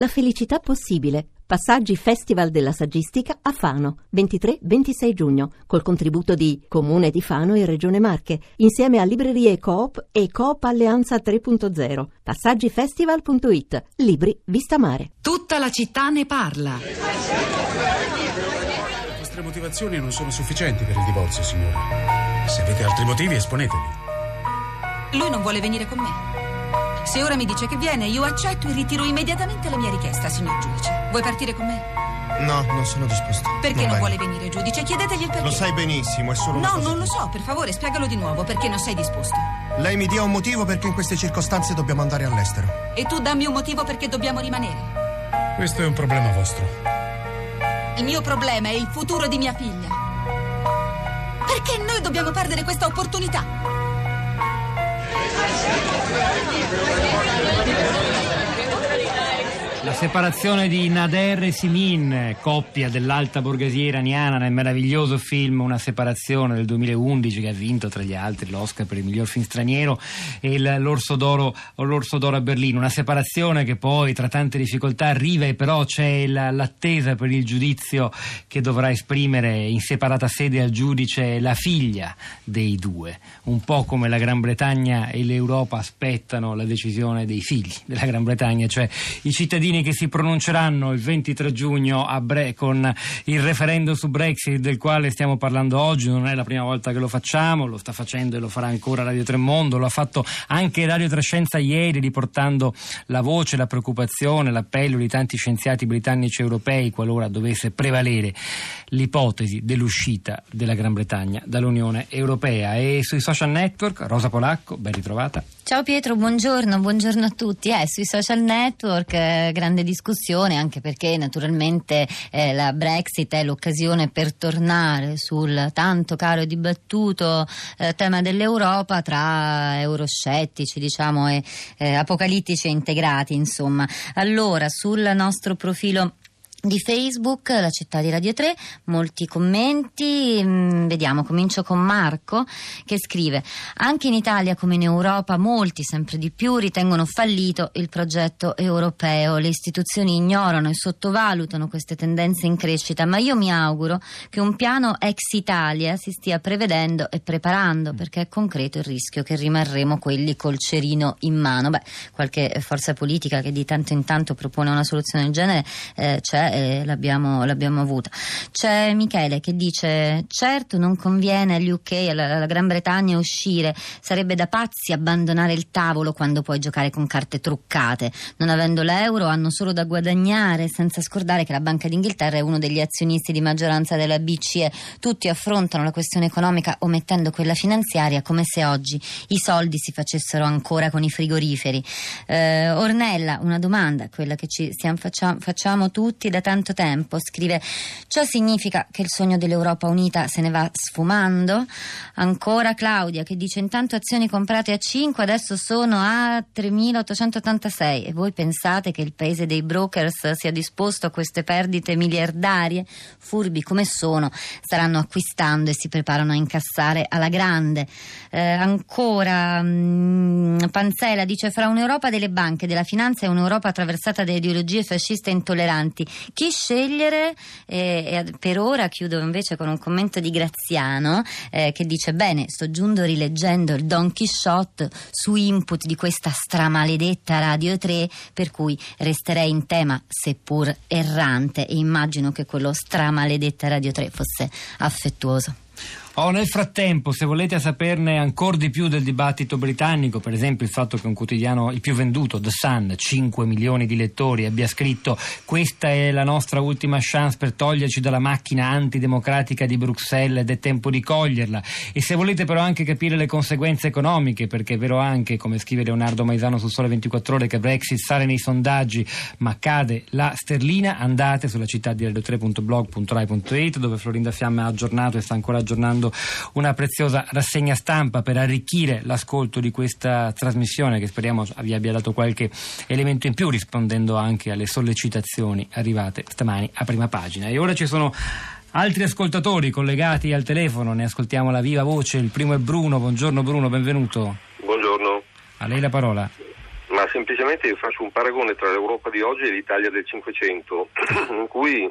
La felicità possibile. Passaggi Festival della Saggistica a Fano, 23-26 giugno, col contributo di Comune di Fano e Regione Marche, insieme a Librerie Coop e Coop Alleanza 3.0. Passaggifestival.it. Libri vista mare. Tutta la città ne parla. Le vostre motivazioni non sono sufficienti per il divorzio, signora. Se avete altri motivi, esponeteli. Lui non vuole venire con me. Se ora mi dice che viene, io accetto e ritiro immediatamente la mia richiesta, signor giudice. Vuoi partire con me? No, non sono disposto. Perché non vuole venire, giudice? Chiedetegli il perché. Lo sai benissimo, è solo una No, cosa. non lo so, per favore, spiegalo di nuovo, perché non sei disposto. Lei mi dia un motivo perché in queste circostanze dobbiamo andare all'estero. E tu dammi un motivo perché dobbiamo rimanere. Questo è un problema vostro. Il mio problema è il futuro di mia figlia. Perché noi dobbiamo perdere questa opportunità? La separazione di Nader e Simin, coppia dell'alta borghesia iraniana, nel meraviglioso film Una separazione del 2011, che ha vinto tra gli altri l'Oscar per il miglior film straniero e l'Orso d'Oro a Berlino. Una separazione che poi, tra tante difficoltà, arriva, e però c'è l'attesa per il giudizio che dovrà esprimere in separata sede al giudice la figlia dei due. Un po' come la Gran Bretagna e l'Europa aspettano la decisione dei figli della Gran Bretagna, cioè i cittadini che si pronunceranno il 23 giugno con il referendum su Brexit, del quale stiamo parlando oggi. Non è la prima volta che lo facciamo, lo sta facendo e lo farà ancora Radio Tremondo, lo ha fatto anche Radio Trescenza ieri, riportando la voce, la preoccupazione, l'appello di tanti scienziati britannici e europei qualora dovesse prevalere l'ipotesi dell'uscita della Gran Bretagna dall'Unione Europea. E sui social network, Rosa Polacco, ben ritrovata. Ciao Pietro, buongiorno a tutti. Sui social network grande discussione, anche perché naturalmente la Brexit è l'occasione per tornare sul tanto caro e dibattuto tema dell'Europa tra euroscettici, diciamo, e apocalittici e integrati, insomma. Allora, sul nostro profilo di Facebook, la città di Radio 3, molti commenti. Vediamo, comincio con Marco che scrive: anche in Italia come in Europa molti, sempre di più, ritengono fallito il progetto europeo. Le istituzioni ignorano e sottovalutano queste tendenze in crescita, ma io mi auguro che un piano ex Italia si stia prevedendo e preparando, perché è concreto il rischio che rimarremo quelli col cerino in mano. Qualche forza politica che di tanto in tanto propone una soluzione del genere c'è, l'abbiamo avuta. C'è Michele che dice: certo non conviene agli UK, alla Gran Bretagna, uscire, sarebbe da pazzi abbandonare il tavolo quando puoi giocare con carte truccate. Non avendo l'euro hanno solo da guadagnare, senza scordare che la Banca d'Inghilterra è uno degli azionisti di maggioranza della BCE. Tutti affrontano la questione economica omettendo quella finanziaria, come se oggi i soldi si facessero ancora con i frigoriferi. Ornella, una domanda, quella che ci facciamo tutti da tanto tempo, scrive: ciò significa che il sogno dell'Europa unita se ne va sfumando? Ancora Claudia che dice: intanto azioni comprate a 5 adesso sono a 3.886 e voi pensate che il paese dei brokers sia disposto a queste perdite miliardarie? Furbi come sono, staranno acquistando e si preparano a incassare alla grande. Ancora Panzela dice: fra un'Europa delle banche e della finanza e un'Europa attraversata da ideologie fasciste e intolleranti, chi scegliere? Per ora chiudo invece con un commento di Graziano che dice: bene, sto giunto rileggendo il Don Quixote su input di questa stramaledetta Radio 3, per cui resterei in tema seppur errante, e immagino che quello stramaledetta Radio 3 fosse affettuoso. Nel frattempo, se volete saperne ancora di più del dibattito britannico, per esempio il fatto che un quotidiano, il più venduto, The Sun, 5 milioni di lettori, abbia scritto: questa è la nostra ultima chance per toglierci dalla macchina antidemocratica di Bruxelles ed è tempo di coglierla. E se volete però anche capire le conseguenze economiche, perché è vero anche, come scrive Leonardo Maisano su Sole 24 Ore, che Brexit sale nei sondaggi ma cade la sterlina, andate sulla città di radio3.blog.rai.it, dove Florinda Fiamma ha aggiornato e sta ancora aggiornando una preziosa rassegna stampa per arricchire l'ascolto di questa trasmissione, che speriamo vi abbia dato qualche elemento in più, rispondendo anche alle sollecitazioni arrivate stamani a prima pagina. E ora ci sono altri ascoltatori collegati al telefono, ne ascoltiamo la viva voce. Il primo è Bruno. Buongiorno Bruno, benvenuto. Buongiorno. A lei la parola. Ma semplicemente io faccio un paragone tra l'Europa di oggi e l'Italia del Cinquecento, in cui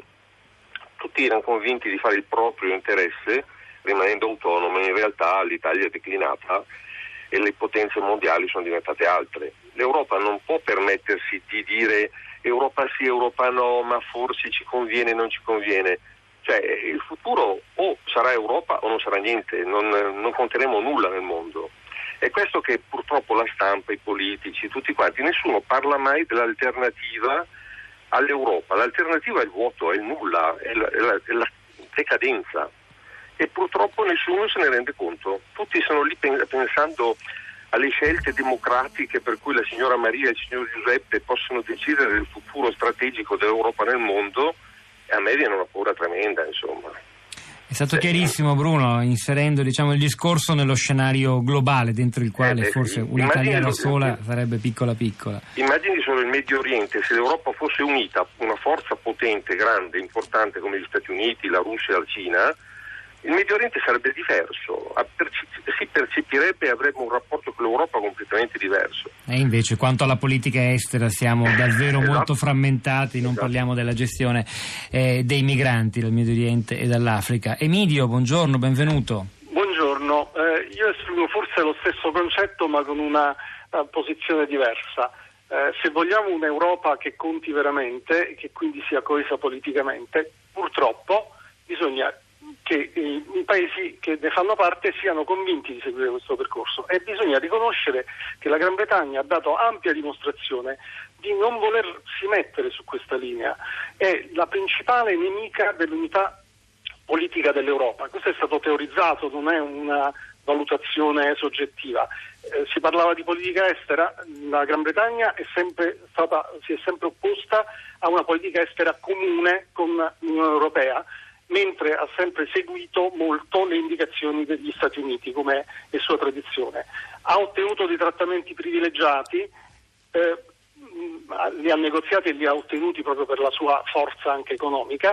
tutti erano convinti di fare il proprio interesse rimanendo autonome. In realtà l'Italia è declinata e le potenze mondiali sono diventate altre. L'Europa non può permettersi di dire Europa sì, Europa no, ma forse ci conviene, non ci conviene. Cioè il futuro o sarà Europa o non sarà niente, non conteremo nulla nel mondo. È questo che purtroppo la stampa, i politici, tutti quanti, nessuno parla mai dell'alternativa all'Europa. L'alternativa è il vuoto, è il nulla, è la decadenza. E purtroppo nessuno se ne rende conto. Tutti sono lì pensando alle scelte democratiche per cui la signora Maria e il signor Giuseppe possono decidere del futuro strategico dell'Europa nel mondo, e a me viene una paura tremenda, insomma. È stato chiarissimo, Bruno, inserendo il discorso nello scenario globale dentro il quale forse un'Italia da sola sarebbe piccola. Immagini solo il Medio Oriente, se l'Europa fosse unita, una forza potente, grande, importante come gli Stati Uniti, la Russia e la Cina, il Medio Oriente sarebbe diverso, si percepirebbe e avrebbe un rapporto con l'Europa completamente diverso. E invece quanto alla politica estera siamo davvero molto frammentati, non parliamo della gestione dei migranti dal Medio Oriente e dall'Africa. Emilio, buongiorno, benvenuto. Buongiorno, io esprimo forse lo stesso concetto ma con una posizione diversa. Se vogliamo un'Europa che conti veramente e che quindi sia coesa politicamente, purtroppo bisogna che i paesi che ne fanno parte siano convinti di seguire questo percorso, e bisogna riconoscere che la Gran Bretagna ha dato ampia dimostrazione di non volersi mettere su questa linea. È la principale nemica dell'unità politica dell'Europa. Questo è stato teorizzato, non è una valutazione soggettiva. Si parlava di politica estera, la Gran Bretagna si è sempre opposta a una politica estera comune con l'Unione Europea, mentre ha sempre seguito molto le indicazioni degli Stati Uniti, come è sua tradizione. Ha ottenuto dei trattamenti privilegiati, li ha negoziati e li ha ottenuti proprio per la sua forza anche economica,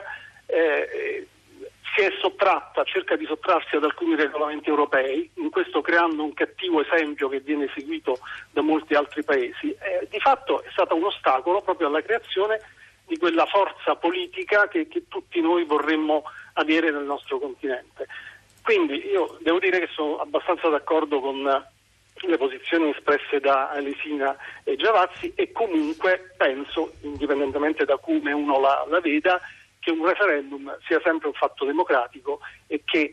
si è sottratta, cerca di sottrarsi ad alcuni regolamenti europei, in questo creando un cattivo esempio che viene seguito da molti altri paesi. Di fatto è stata un ostacolo proprio alla creazione di quella forza politica che tutti noi vorremmo avere nel nostro continente. Quindi io devo dire che sono abbastanza d'accordo con le posizioni espresse da Alesina e Giavazzi, e comunque penso, indipendentemente da come uno la veda, che un referendum sia sempre un fatto democratico e che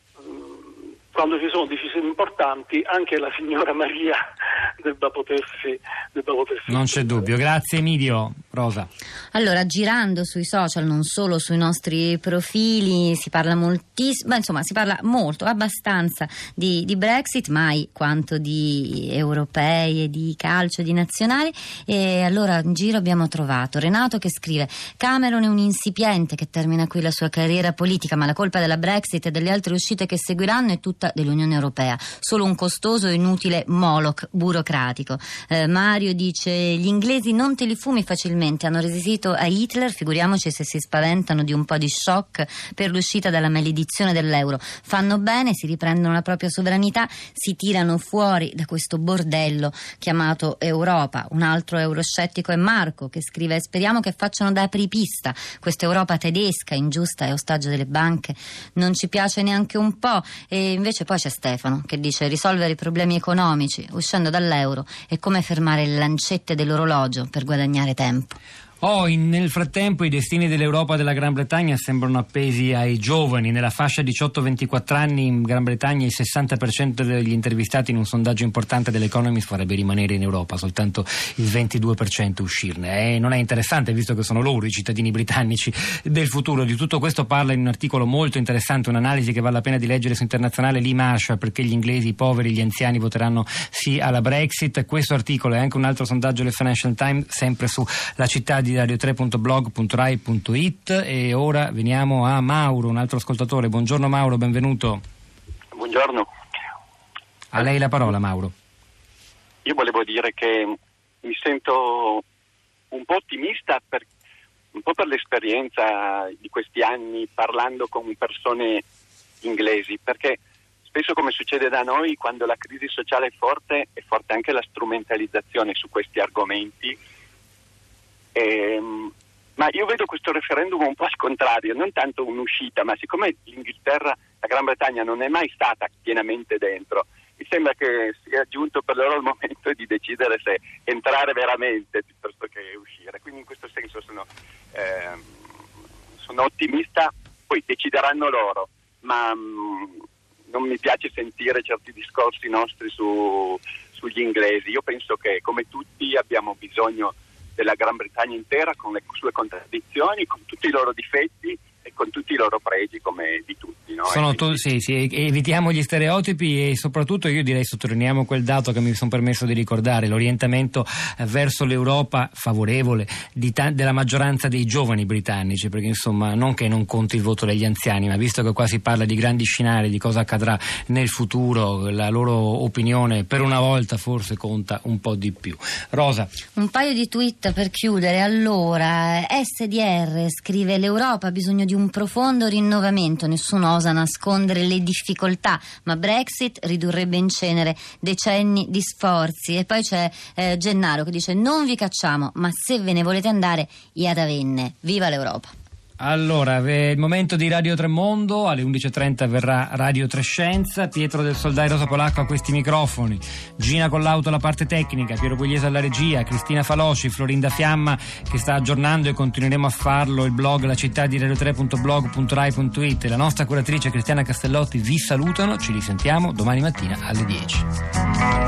quando ci sono decisioni importanti anche la signora Maria debba potersi non c'è dubbio. Grazie Emilio. Rosa. Allora, girando sui social, non solo sui nostri profili, si parla moltissimo, insomma si parla molto, abbastanza di Brexit, mai quanto di europei e di calcio, di nazionali. E allora in giro abbiamo trovato Renato che scrive: Cameron è un insipiente che termina qui la sua carriera politica, ma la colpa della Brexit e delle altre uscite che seguiranno è tutta dell'Unione Europea, solo un costoso e inutile moloch burocratico. Mario dice: gli inglesi non te li fumi facilmente, hanno resistito a Hitler, figuriamoci se si spaventano di un po' di shock per l'uscita dalla maledizione dell'euro. Fanno bene, si riprendono la propria sovranità, si tirano fuori da questo bordello chiamato Europa. Un altro euroscettico è Marco che scrive: speriamo che facciano da apripista questa Europa tedesca, ingiusta e ostaggio delle banche, non ci piace neanche un po'. E invece poi c'è Stefano che dice: risolvere i problemi economici uscendo dall'euro è come fermare le lancette dell'orologio per guadagnare tempo. Nel frattempo i destini dell'Europa e della Gran Bretagna sembrano appesi ai giovani. Nella fascia 18-24 anni in Gran Bretagna il 60% degli intervistati in un sondaggio importante dell'Economist vorrebbe rimanere in Europa, soltanto il 22% uscirne. Non è interessante, visto che sono loro i cittadini britannici del futuro. Di tutto questo parla in un articolo molto interessante, un'analisi che vale la pena di leggere su Internazionale, Lee Marshall, perché gli inglesi, i poveri, gli anziani voteranno sì alla Brexit. Questo articolo e anche un altro sondaggio del Financial Times, sempre sulla città di radio3.blog.rai.it. E ora veniamo a Mauro, un altro ascoltatore. Buongiorno Mauro, benvenuto. Buongiorno. A lei la parola, Mauro. Io volevo dire che mi sento un po' ottimista un po' per l'esperienza di questi anni parlando con persone inglesi, perché spesso, come succede da noi, quando la crisi sociale è forte anche la strumentalizzazione su questi argomenti. Ma io vedo questo referendum un po' al contrario, non tanto un'uscita, ma siccome l'Inghilterra, la Gran Bretagna non è mai stata pienamente dentro, mi sembra che sia giunto per loro il momento di decidere se entrare veramente piuttosto che uscire. Quindi in questo senso sono ottimista, poi decideranno loro, ma non mi piace sentire certi discorsi nostri sugli inglesi. Io penso che come tutti abbiamo bisogno della Gran Bretagna intera, con le sue contraddizioni, con tutti i loro difetti e con tutti i loro pregi, come di tutti, no? Evitiamo gli stereotipi e soprattutto io direi sottolineiamo quel dato che mi sono permesso di ricordare, l'orientamento verso l'Europa favorevole della maggioranza dei giovani britannici, perché insomma non che non conti il voto degli anziani, ma visto che qua si parla di grandi scenari, di cosa accadrà nel futuro, la loro opinione per una volta forse conta un po' di più. Rosa. Un paio di tweet per chiudere. Allora, SDR scrive: l'Europa ha bisogno di un profondo rinnovamento, nessuno osa nascondere le difficoltà, ma Brexit ridurrebbe in cenere decenni di sforzi. E poi c'è Gennaro che dice: non vi cacciamo, ma se ve ne volete andare, iada venne, viva l'Europa. Allora, il momento di Radio Tremondo, alle 11.30 verrà Radio Trescenza, Pietro del Soldai, Rosa Polacco a questi microfoni, Gina Collauto alla parte tecnica, Piero Pugliese alla regia, Cristina Faloci, Florinda Fiamma che sta aggiornando e continueremo a farlo il blog La Città di radio3.blog.rai.it, la nostra curatrice Cristiana Castellotti vi salutano, ci risentiamo domani mattina alle 10.